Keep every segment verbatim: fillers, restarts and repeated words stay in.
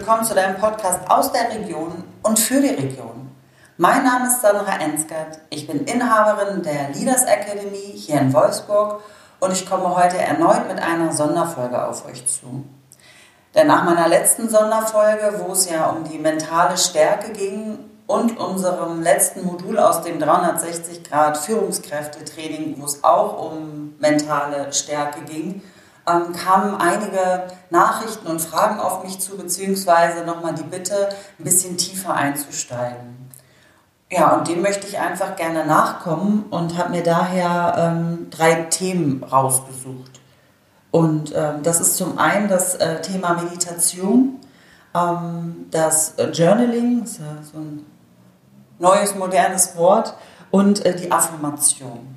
willkommen zu deinem Podcast aus der Region und für die Region. Mein Name ist Sandra Ensgert, ich bin Inhaberin der Leaders Academy hier in Wolfsburg und ich komme heute erneut mit einer Sonderfolge auf euch zu. Denn nach meiner letzten Sonderfolge, wo es ja um die mentale Stärke ging und unserem letzten Modul aus dem dreihundertsechzig Grad Führungskräftetraining, wo es auch um mentale Stärke ging, ähm, kamen einige Nachrichten und Fragen auf mich zu, beziehungsweise nochmal die Bitte, ein bisschen tiefer einzusteigen. Ja, und dem möchte ich einfach gerne nachkommen und habe mir daher ähm, drei Themen rausgesucht. Und ähm, das ist zum einen das äh, Thema Meditation, ähm, das äh, Journaling, das ist ja so ein neues, modernes Wort, und äh, die Affirmation.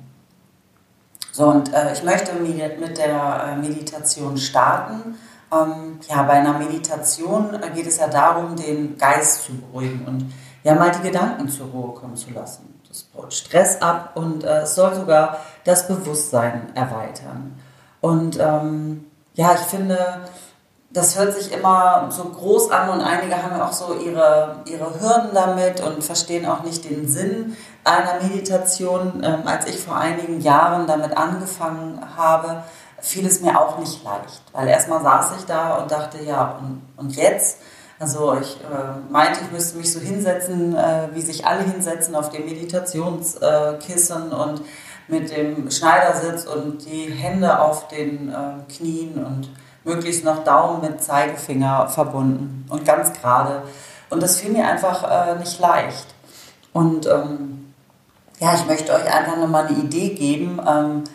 So, und äh, ich möchte mit der äh, Meditation starten. Ähm, ja, bei einer Meditation äh, geht es ja darum, den Geist zu beruhigen und ja mal die Gedanken zur Ruhe kommen zu lassen. Das baut Stress ab und äh, es soll sogar das Bewusstsein erweitern. Und ähm, ja, ich finde, das hört sich immer so groß an und einige haben ja auch so ihre, ihre Hürden damit und verstehen auch nicht den Sinn einer Meditation. Ähm, als ich vor einigen Jahren damit angefangen habe, fiel es mir auch nicht leicht. Weil erstmal saß ich da und dachte, ja, und, und jetzt? Also ich äh, meinte, ich müsste mich so hinsetzen, äh, wie sich alle hinsetzen, auf dem Meditationskissen äh, und mit dem Schneidersitz und die Hände auf den äh, Knien und möglichst noch Daumen mit Zeigefinger verbunden und ganz gerade. Und das fiel mir einfach äh, nicht leicht. Und ähm, ja, ich möchte euch einfach nochmal eine Idee geben, ähm,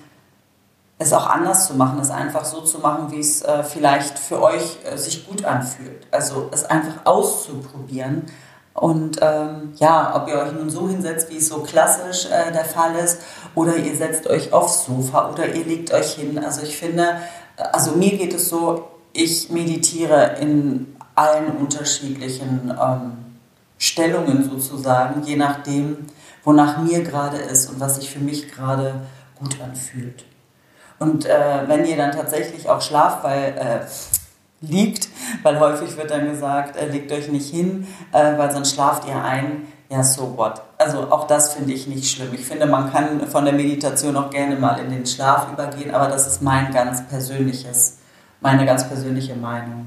es auch anders zu machen, es einfach so zu machen, wie es äh, vielleicht für euch äh, sich gut anfühlt. Also es einfach auszuprobieren. Und ähm, ja, ob ihr euch nun so hinsetzt, wie es so klassisch äh, der Fall ist, oder ihr setzt euch aufs Sofa oder ihr legt euch hin. Also ich finde, also mir geht es so, ich meditiere in allen unterschiedlichen ähm, Stellungen sozusagen, je nachdem, wonach mir gerade ist und was sich für mich gerade gut anfühlt. Und äh, wenn ihr dann tatsächlich auch schlaft, weil äh, liegt, weil häufig wird dann gesagt, äh, legt euch nicht hin, äh, weil sonst schlaft ihr ein. Ja, so what. Also auch das finde ich nicht schlimm. Ich finde, man kann von der Meditation auch gerne mal in den Schlaf übergehen, aber das ist mein ganz persönliches, meine ganz persönliche Meinung.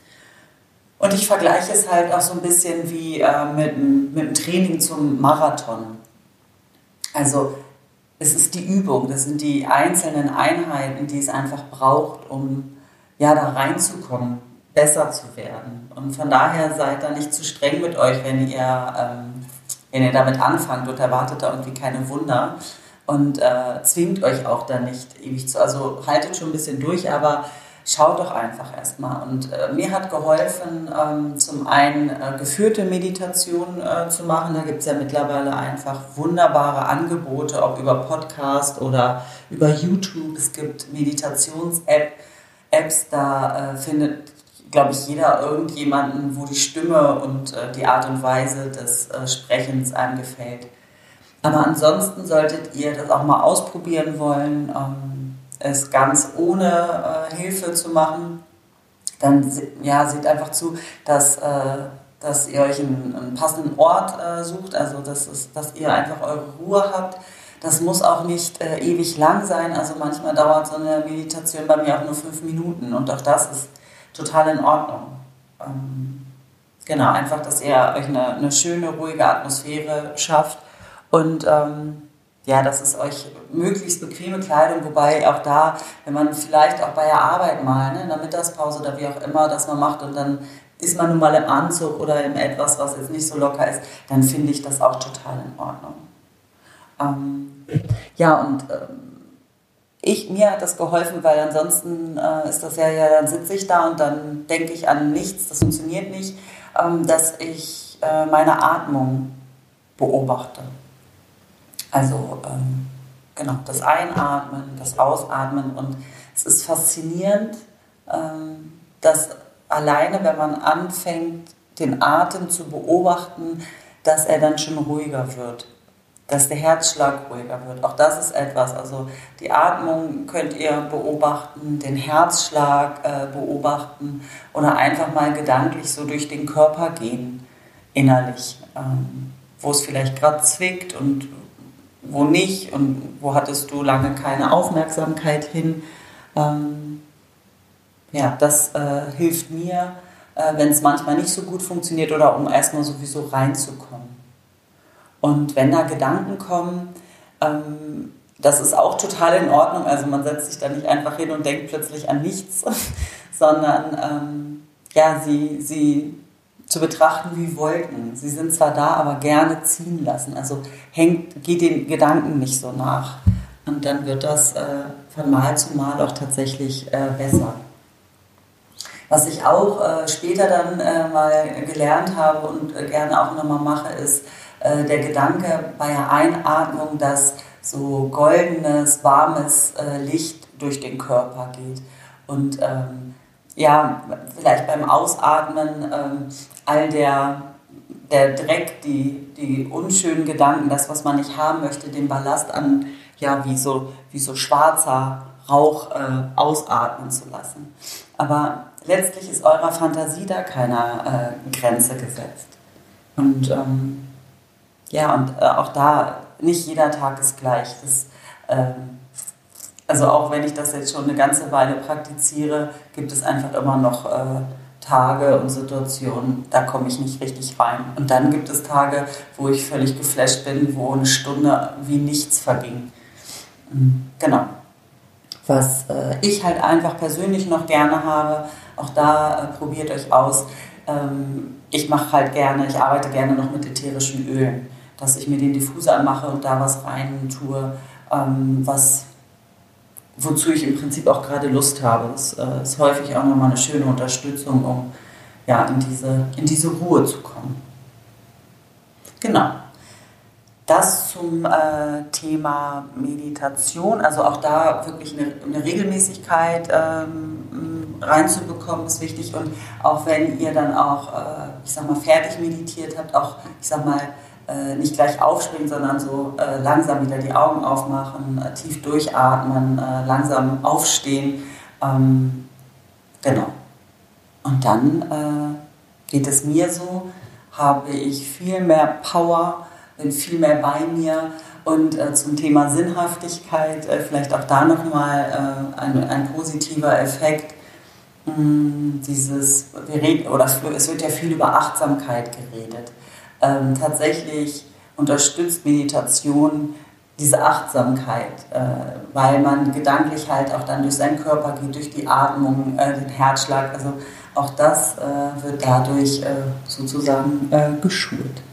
Und ich vergleiche es halt auch so ein bisschen wie äh, mit, mit dem Training zum Marathon. Also es ist die Übung, das sind die einzelnen Einheiten, die es einfach braucht, um ja, da reinzukommen, besser zu werden. Und von daher seid da nicht zu streng mit euch, wenn ihr, ähm, wenn ihr damit anfangt und erwartet da irgendwie keine Wunder und äh, zwingt euch auch da nicht ewig zu. Also haltet schon ein bisschen durch, aber schaut doch einfach erstmal. Und äh, mir hat geholfen, ähm, zum einen äh, geführte Meditation äh, zu machen. Da gibt es ja mittlerweile einfach wunderbare Angebote, ob über Podcast oder über YouTube. Es gibt Meditations-App. Apps, da äh, findet, glaube ich, jeder irgendjemanden, wo die Stimme und äh, die Art und Weise des äh, Sprechens einem gefällt. Aber ansonsten solltet ihr das auch mal ausprobieren wollen, ähm, es ganz ohne äh, Hilfe zu machen. Dann ja, seht einfach zu, dass, äh, dass ihr euch einen, einen passenden Ort äh, sucht, also dass, es, dass ihr einfach eure Ruhe habt. Das muss auch nicht äh, ewig lang sein, also manchmal dauert so eine Meditation bei mir auch nur fünf Minuten und auch das ist total in Ordnung. Ähm, genau, einfach, dass ihr euch eine, eine schöne, ruhige Atmosphäre schafft und ähm, ja, dass es euch möglichst bequeme Kleidung, wobei auch da, wenn man vielleicht auch bei der Arbeit mal, ne, in der Mittagspause oder wie auch immer das man macht und dann ist man nun mal im Anzug oder in etwas, was jetzt nicht so locker ist, dann finde ich das auch total in Ordnung. Ähm, ja, und ähm, ich, mir hat das geholfen, weil ansonsten äh, ist das ja, ja, dann sitze ich da und dann denke ich an nichts, das funktioniert nicht, ähm, dass ich äh, meine Atmung beobachte. Also, ähm, genau, das Einatmen, das Ausatmen und es ist faszinierend, ähm, dass alleine, wenn man anfängt, den Atem zu beobachten, dass er dann schon ruhiger wird. dass der Herzschlag ruhiger wird. Auch das ist etwas, also die Atmung könnt ihr beobachten, den Herzschlag äh, beobachten oder einfach mal gedanklich so durch den Körper gehen, innerlich, ähm, wo es vielleicht gerade zwickt und wo nicht und wo hattest du lange keine Aufmerksamkeit hin. Ähm, ja, das äh, hilft mir, äh, wenn es manchmal nicht so gut funktioniert oder um erstmal sowieso reinzukommen. Und wenn da Gedanken kommen, ähm, das ist auch total in Ordnung. Also man setzt sich da nicht einfach hin und denkt plötzlich an nichts, sondern ähm, ja, sie, sie zu betrachten wie Wolken. Sie sind zwar da, aber gerne ziehen lassen. Also hängt, geht den Gedanken nicht so nach. Und dann wird das äh, von Mal zu Mal auch tatsächlich äh, besser. Was ich auch äh, später dann äh, mal gelernt habe und äh, gerne auch nochmal mache, ist äh, der Gedanke bei der Einatmung, dass so goldenes, warmes äh, Licht durch den Körper geht. Und ähm, ja, vielleicht beim Ausatmen ähm, all der, der Dreck, die, die unschönen Gedanken, das, was man nicht haben möchte, den Ballast an, ja, wie so, wie so schwarzer Rauch äh, ausatmen zu lassen. Aber letztlich ist eurer Fantasie da keine äh, Grenze gesetzt. Und ähm, ja, und äh, auch da, nicht jeder Tag ist gleich. Das, ähm, also auch wenn ich das jetzt schon eine ganze Weile praktiziere, gibt es einfach immer noch äh, Tage und Situationen, da komme ich nicht richtig rein. Und dann gibt es Tage, wo ich völlig geflasht bin, wo eine Stunde wie nichts verging. Genau. Was äh, ich halt einfach persönlich noch gerne habe, auch da äh, probiert euch aus. Ähm, ich mache halt gerne, ich arbeite gerne noch mit ätherischen Ölen, dass ich mir den Diffuser anmache und da was rein tue, ähm, was, wozu ich im Prinzip auch gerade Lust habe. Das äh, ist häufig auch nochmal eine schöne Unterstützung, um ja, in diese, in diese Ruhe zu kommen. Genau. Das zum äh, Thema Meditation, also auch da wirklich eine, eine Regelmäßigkeit ähm, reinzubekommen, ist wichtig. Und auch wenn ihr dann auch, äh, ich sag mal, fertig meditiert habt, auch, ich sag mal, äh, nicht gleich aufspringen, sondern so äh, langsam wieder die Augen aufmachen, äh, tief durchatmen, äh, langsam aufstehen. Ähm, genau. Und dann äh, geht es mir so, habe ich viel mehr Power, bin viel mehr bei mir und äh, zum Thema Sinnhaftigkeit äh, vielleicht auch da nochmal äh, ein, ein positiver Effekt. Mm, dieses, wir reden, oder es wird ja viel über Achtsamkeit geredet. Ähm, tatsächlich unterstützt Meditation diese Achtsamkeit, äh, weil man gedanklich halt auch dann durch seinen Körper geht, durch die Atmung, äh, den Herzschlag. Also auch das äh, wird dadurch äh, sozusagen äh, geschult.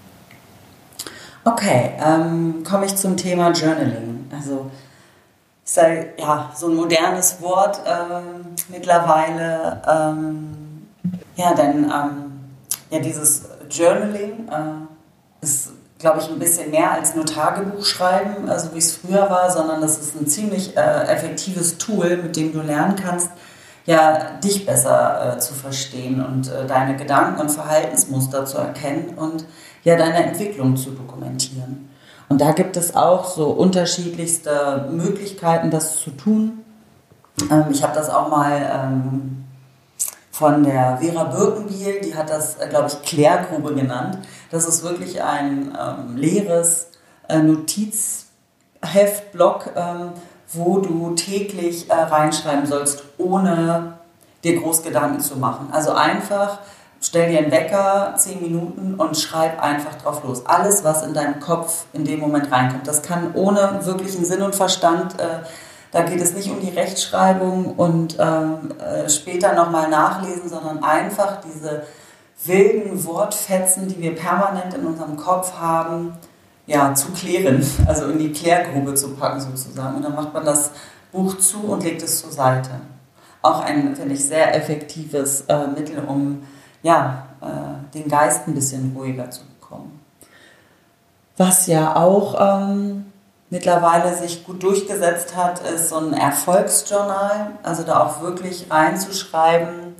Okay, ähm, komme ich zum Thema Journaling. Also ist ja, ja so ein modernes Wort ähm, mittlerweile. Ähm, ja, denn ähm, ja, dieses Journaling äh, ist, glaube ich, ein bisschen mehr als nur Tagebuch schreiben, also wie es früher war, sondern das ist ein ziemlich äh, effektives Tool, mit dem du lernen kannst, ja, dich besser äh, zu verstehen und äh, deine Gedanken und Verhaltensmuster zu erkennen und ja, deine Entwicklung zu dokumentieren. Und da gibt es auch so unterschiedlichste Möglichkeiten, das zu tun. Ähm, ich habe das auch mal ähm, von der Vera Birkenbiel, die hat das, äh, glaube ich, Klärgrube genannt. Das ist wirklich ein ähm, leeres äh, Notizheftblock, ähm, wo du täglich äh, reinschreiben sollst, ohne dir groß Gedanken zu machen. Also einfach stell dir einen Wecker, zehn Minuten und schreib einfach drauf los. Alles, was in deinem Kopf in dem Moment reinkommt. Das kann ohne wirklichen Sinn und Verstand, äh, da geht es nicht um die Rechtschreibung und ähm, äh, später nochmal nachlesen, sondern einfach diese wilden Wortfetzen, die wir permanent in unserem Kopf haben, ja, zu klären, also in die Klärgrube zu packen sozusagen. Und dann macht man das Buch zu und legt es zur Seite. Auch ein, finde ich, sehr effektives äh, Mittel, um ja, äh, den Geist ein bisschen ruhiger zu bekommen. Was ja auch ähm, mittlerweile sich gut durchgesetzt hat, ist so ein Erfolgsjournal, also da auch wirklich reinzuschreiben,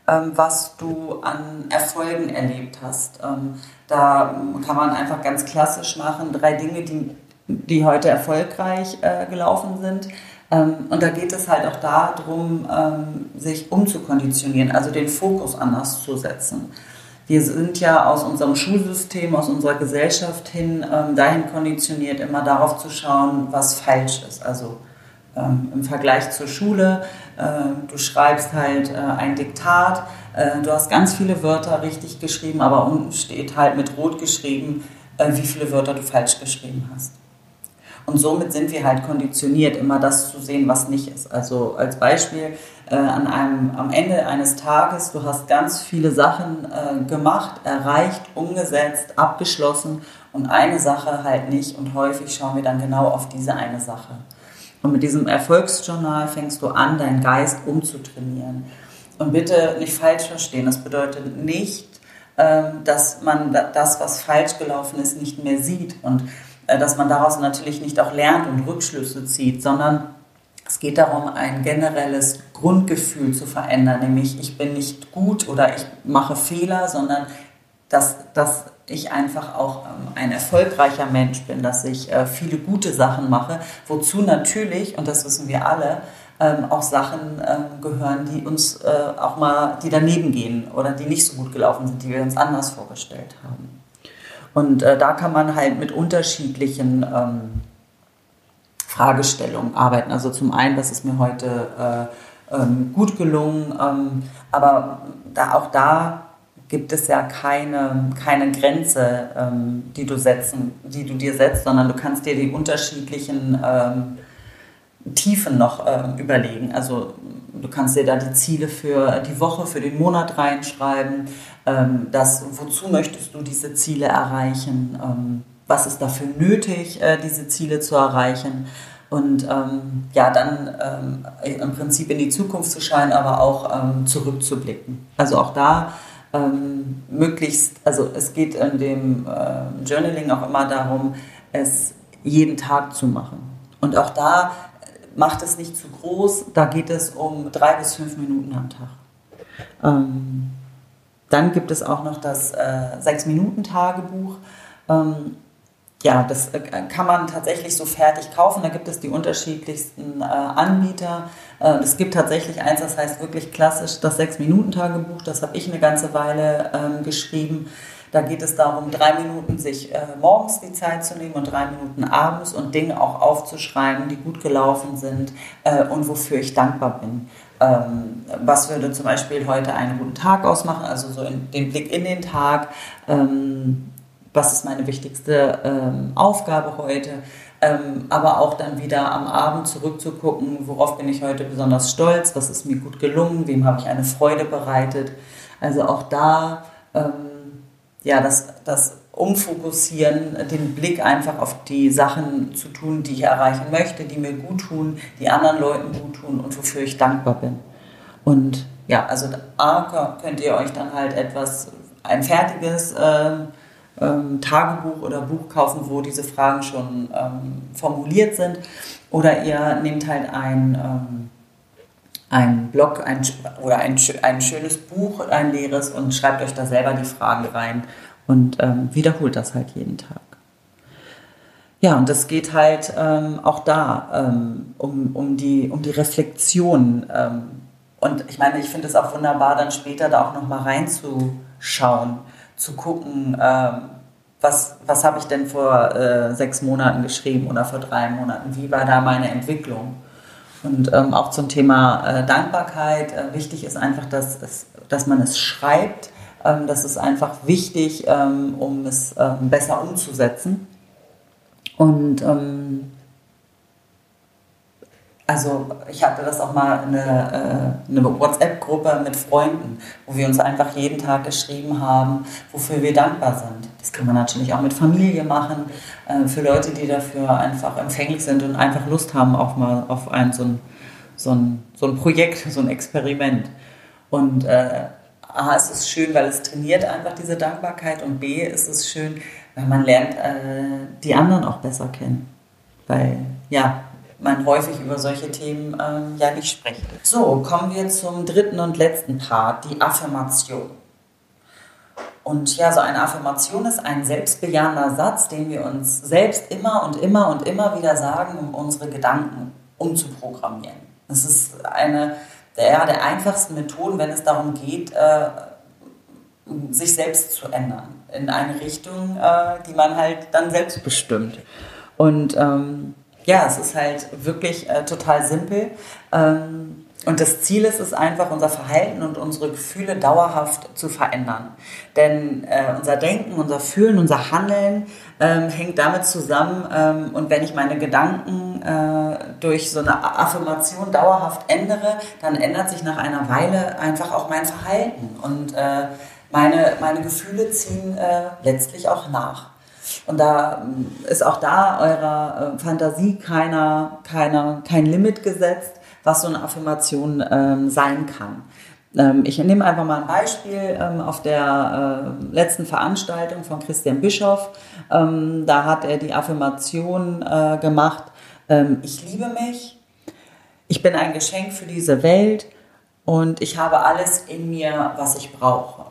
ähm, was du an Erfolgen erlebt hast. Ähm, da kann man einfach ganz klassisch machen, drei Dinge, die, die heute erfolgreich äh, gelaufen sind. Ähm, und da geht es halt auch darum, ähm, sich umzukonditionieren, also den Fokus anders zu setzen. Wir sind ja aus unserem Schulsystem, aus unserer Gesellschaft hin ähm, dahin konditioniert, immer darauf zu schauen, was falsch ist. Also ähm, im Vergleich zur Schule, äh, du schreibst halt äh, ein Diktat, äh, du hast ganz viele Wörter richtig geschrieben, aber unten steht halt mit rot geschrieben, äh, wie viele Wörter du falsch geschrieben hast. Und somit sind wir halt konditioniert, immer das zu sehen, was nicht ist. Also als Beispiel, äh, an einem, am Ende eines Tages, du hast ganz viele Sachen äh, gemacht, erreicht, umgesetzt, abgeschlossen und eine Sache halt nicht. Und häufig schauen wir dann genau auf diese eine Sache. Und mit diesem Erfolgsjournal fängst du an, deinen Geist umzutrainieren. Und bitte nicht falsch verstehen, das bedeutet nicht, äh, dass man das, was falsch gelaufen ist, nicht mehr sieht und dass man daraus natürlich nicht auch lernt und Rückschlüsse zieht, sondern es geht darum, ein generelles Grundgefühl zu verändern, nämlich ich bin nicht gut oder ich mache Fehler, sondern dass, dass ich einfach auch ein erfolgreicher Mensch bin, dass ich viele gute Sachen mache, wozu natürlich, und das wissen wir alle, auch Sachen gehören, die uns auch mal, die daneben gehen oder die nicht so gut gelaufen sind, die wir uns anders vorgestellt haben. Und äh, da kann man halt mit unterschiedlichen ähm, Fragestellungen arbeiten. Also zum einen, das ist mir heute äh, ähm, gut gelungen, ähm, aber da, auch da gibt es ja keine, keine Grenze, ähm, die du setzen, die du dir setzt, sondern du kannst dir die unterschiedlichen ähm, Tiefen noch ähm, überlegen. Also du kannst dir da die Ziele für die Woche, für den Monat reinschreiben. Ähm, das, wozu möchtest du diese Ziele erreichen? Ähm, was ist dafür nötig, äh, diese Ziele zu erreichen? Und ähm, ja, dann ähm, im Prinzip in die Zukunft zu schauen, aber auch ähm, zurückzublicken. Also auch da ähm, möglichst, also es geht in dem äh, Journaling auch immer darum, es jeden Tag zu machen. Und auch da macht es nicht zu groß, da geht es um drei bis fünf Minuten am Tag. Ähm, dann gibt es auch noch das äh, Sechs-Minuten-Tagebuch. Ähm, ja, das äh, kann man tatsächlich so fertig kaufen. Da gibt es die unterschiedlichsten äh, Anbieter. Äh, es gibt tatsächlich eins, das heißt wirklich klassisch das Sechs-Minuten-Tagebuch. Das habe ich eine ganze Weile ähm, geschrieben. Da geht es darum, drei Minuten sich äh, morgens die Zeit zu nehmen und drei Minuten abends und Dinge auch aufzuschreiben, die gut gelaufen sind äh, und wofür ich dankbar bin. Ähm, was würde zum Beispiel heute einen guten Tag ausmachen, also so in, den Blick in den Tag, ähm, was ist meine wichtigste ähm, Aufgabe heute, ähm, aber auch dann wieder am Abend zurückzugucken, worauf bin ich heute besonders stolz, was ist mir gut gelungen, wem habe ich eine Freude bereitet. Also auch da ähm, ja, das, das Umfokussieren, den Blick einfach auf die Sachen zu tun, die ich erreichen möchte, die mir gut tun, die anderen Leuten gut tun und wofür ich dankbar bin. Und ja, also A, könnt ihr euch dann halt etwas, ein fertiges äh, ähm, Tagebuch oder Buch kaufen, wo diese Fragen schon ähm, formuliert sind, oder ihr nehmt halt ein ähm, ein Blog ein, oder ein, ein schönes Buch, ein leeres, und schreibt euch da selber die Fragen rein und ähm, wiederholt das halt jeden Tag. Ja, und das geht halt ähm, auch da ähm, um, um, die, um die Reflexion. Ähm, und ich meine, ich finde es auch wunderbar, dann später da auch nochmal reinzuschauen, zu gucken, ähm, was, was habe ich denn vor äh, sechs Monaten geschrieben oder vor drei Monaten, wie war da meine Entwicklung? Und ähm, auch zum Thema äh, Dankbarkeit, äh, wichtig ist einfach, dass, es, dass man es schreibt. Ähm, das ist einfach wichtig, ähm, um es ähm, besser umzusetzen. Und ähm, also ich hatte das auch mal eine, äh, eine WhatsApp-Gruppe mit Freunden, wo wir uns einfach jeden Tag geschrieben haben, wofür wir dankbar sind. Das kann man natürlich auch mit Familie machen, äh, für Leute, die dafür einfach empfänglich sind und einfach Lust haben auch mal auf ein so ein, so ein, so ein Projekt, so ein Experiment. Und äh, A, ist es schön, weil es trainiert einfach diese Dankbarkeit, und B, ist es schön, weil man lernt äh, die anderen auch besser kennen. Weil, ja, man häufig über solche Themen ähm, ja nicht spricht. So, kommen wir zum dritten und letzten Part, die Affirmation. Und ja, so eine Affirmation ist ein selbstbejahender Satz, den wir uns selbst immer und immer und immer wieder sagen, um unsere Gedanken umzuprogrammieren. Das ist eine der, der einfachsten Methoden, wenn es darum geht, äh, sich selbst zu ändern. In eine Richtung, äh, die man halt dann selbst bestimmt. Und ähm, ja, es ist halt wirklich äh, total simpel. Ähm, und das Ziel ist es einfach, unser Verhalten und unsere Gefühle dauerhaft zu verändern. Denn äh, unser Denken, unser Fühlen, unser Handeln ähm, hängt damit zusammen. Ähm, und wenn ich meine Gedanken äh, durch so eine Affirmation dauerhaft ändere, dann ändert sich nach einer Weile einfach auch mein Verhalten. Und äh, meine, meine Gefühle ziehen äh, letztlich auch nach. Und da ist auch da eurer äh, Fantasie keiner, keiner, kein Limit gesetzt, was so eine Affirmation ähm, sein kann. Ähm, ich nehme einfach mal ein Beispiel ähm, auf der äh, letzten Veranstaltung von Christian Bischoff. Ähm, da hat er die Affirmation äh, gemacht, ähm, ich liebe mich, ich bin ein Geschenk für diese Welt und ich habe alles in mir, was ich brauche.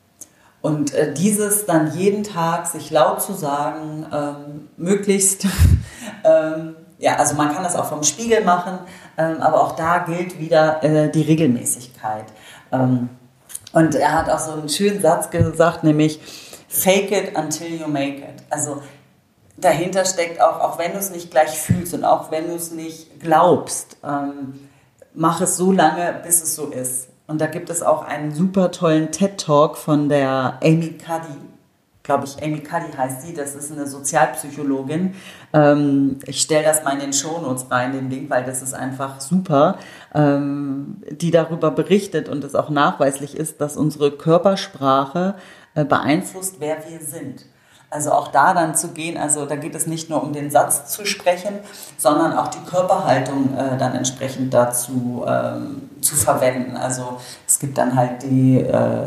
Und äh, dieses dann jeden Tag sich laut zu sagen, ähm, möglichst, ähm, ja, also man kann das auch vom Spiegel machen, ähm, aber auch da gilt wieder äh, die Regelmäßigkeit. Ähm, und er hat auch so einen schönen Satz gesagt, nämlich fake it until you make it. Also dahinter steckt auch, auch wenn du es nicht gleich fühlst und auch wenn du es nicht glaubst, ähm, mach es so lange, bis es so ist. Und da gibt es auch einen super tollen TED-Talk von der Amy Cuddy. Glaube ich, Amy Cuddy heißt sie. Das ist eine Sozialpsychologin. Ähm, ich stelle das mal in den Shownotes rein, den Link, weil das ist einfach super. Ähm, die darüber berichtet und es auch nachweislich ist, dass unsere Körpersprache äh, beeinflusst, wer wir sind. Also auch da dann zu gehen, also da geht es nicht nur um den Satz zu sprechen, sondern auch die Körperhaltung äh, dann entsprechend dazu ähm, zu verwenden. Also es gibt dann halt die äh,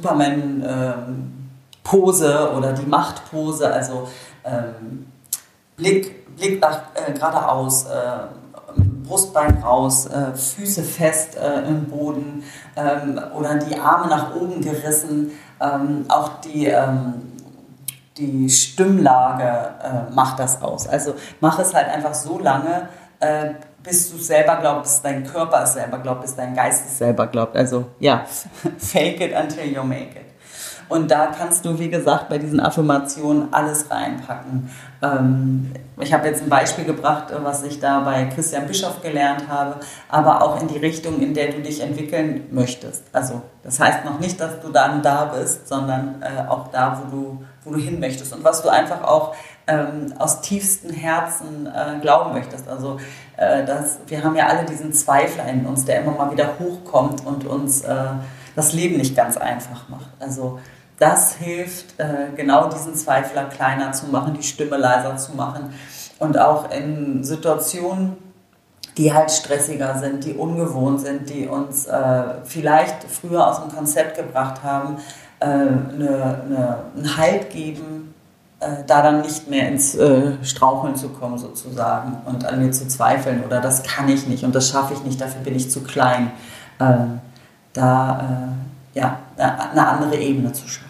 Superman-Pose ähm, oder die Machtpose, also ähm, Blick, Blick nach äh, geradeaus, äh, Brustbein raus, äh, Füße fest äh, im Boden ähm, oder die Arme nach oben gerissen, ähm, auch die ähm, Die Stimmlage äh, macht das aus. Also mach es halt einfach so lange, äh, bis du es selber glaubst, bis dein Körper es selber glaubt, bis dein Geist es selber glaubt. Also ja, fake it until you make it. Und da kannst du, wie gesagt, bei diesen Affirmationen alles reinpacken. Ähm, ich habe jetzt ein Beispiel gebracht, was ich da bei Christian Bischoff gelernt habe, aber auch in die Richtung, in der du dich entwickeln möchtest. Also das heißt noch nicht, dass du dann da bist, sondern äh, auch da, wo du, wo du hin möchtest und was du einfach auch ähm, aus tiefstem Herzen äh, glauben möchtest. Also äh, das, wir haben ja alle diesen Zweifler in uns, der immer mal wieder hochkommt und uns äh, das Leben nicht ganz einfach macht. Also das hilft, äh, genau diesen Zweifler kleiner zu machen, die Stimme leiser zu machen und auch in Situationen, die halt stressiger sind, die ungewohnt sind, die uns äh, vielleicht früher aus dem Konzept gebracht haben, äh, eine, eine, einen Halt geben, äh, da dann nicht mehr ins äh, Straucheln zu kommen sozusagen und an mir zu zweifeln oder das kann ich nicht und das schaffe ich nicht, dafür bin ich zu klein. Äh, da äh, ja, eine andere Ebene zu schaffen.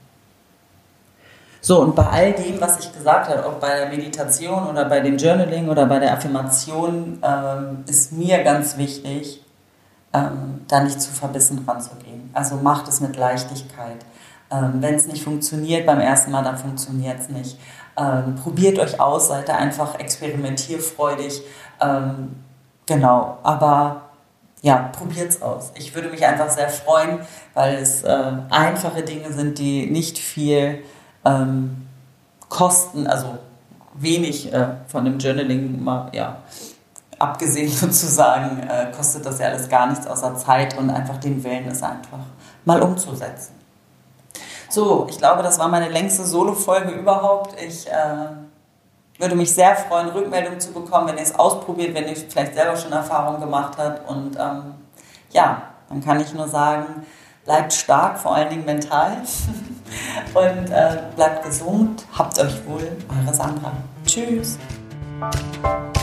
So, und bei all dem, was ich gesagt habe, auch bei der Meditation oder bei dem Journaling oder bei der Affirmation, ähm, ist mir ganz wichtig, ähm, da nicht zu verbissen ranzugehen. Also macht es mit Leichtigkeit. Ähm, wenn es nicht funktioniert beim ersten Mal, dann funktioniert es nicht. Ähm, probiert euch aus, seid da einfach experimentierfreudig. Ähm, genau, aber ja, probiert's aus. Ich würde mich einfach sehr freuen, weil es äh, einfache Dinge sind, die nicht viel ähm, kosten, also wenig äh, von dem Journaling, mal, ja, abgesehen sozusagen, äh, kostet das ja alles gar nichts außer Zeit und einfach den Willen, es einfach mal umzusetzen. So, ich glaube, das war meine längste Solo-Folge überhaupt. Ich äh, würde mich sehr freuen, Rückmeldung zu bekommen, wenn ihr es ausprobiert, wenn ihr vielleicht selber schon Erfahrungen gemacht habt. Und ähm, ja, dann kann ich nur sagen, bleibt stark, vor allen Dingen mental. Und äh, bleibt gesund, habt euch wohl, eure Sandra. Tschüss.